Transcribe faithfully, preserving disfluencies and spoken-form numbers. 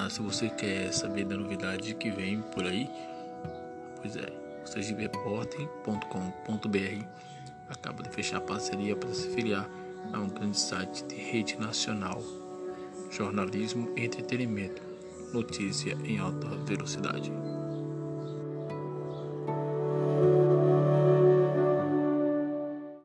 Ah, se você quer saber da novidade que vem por aí, pois é, o sergipe repórter ponto com ponto br acaba de fechar a parceria para se filiar a um grande site de rede nacional, jornalismo e entretenimento, notícia em alta velocidade.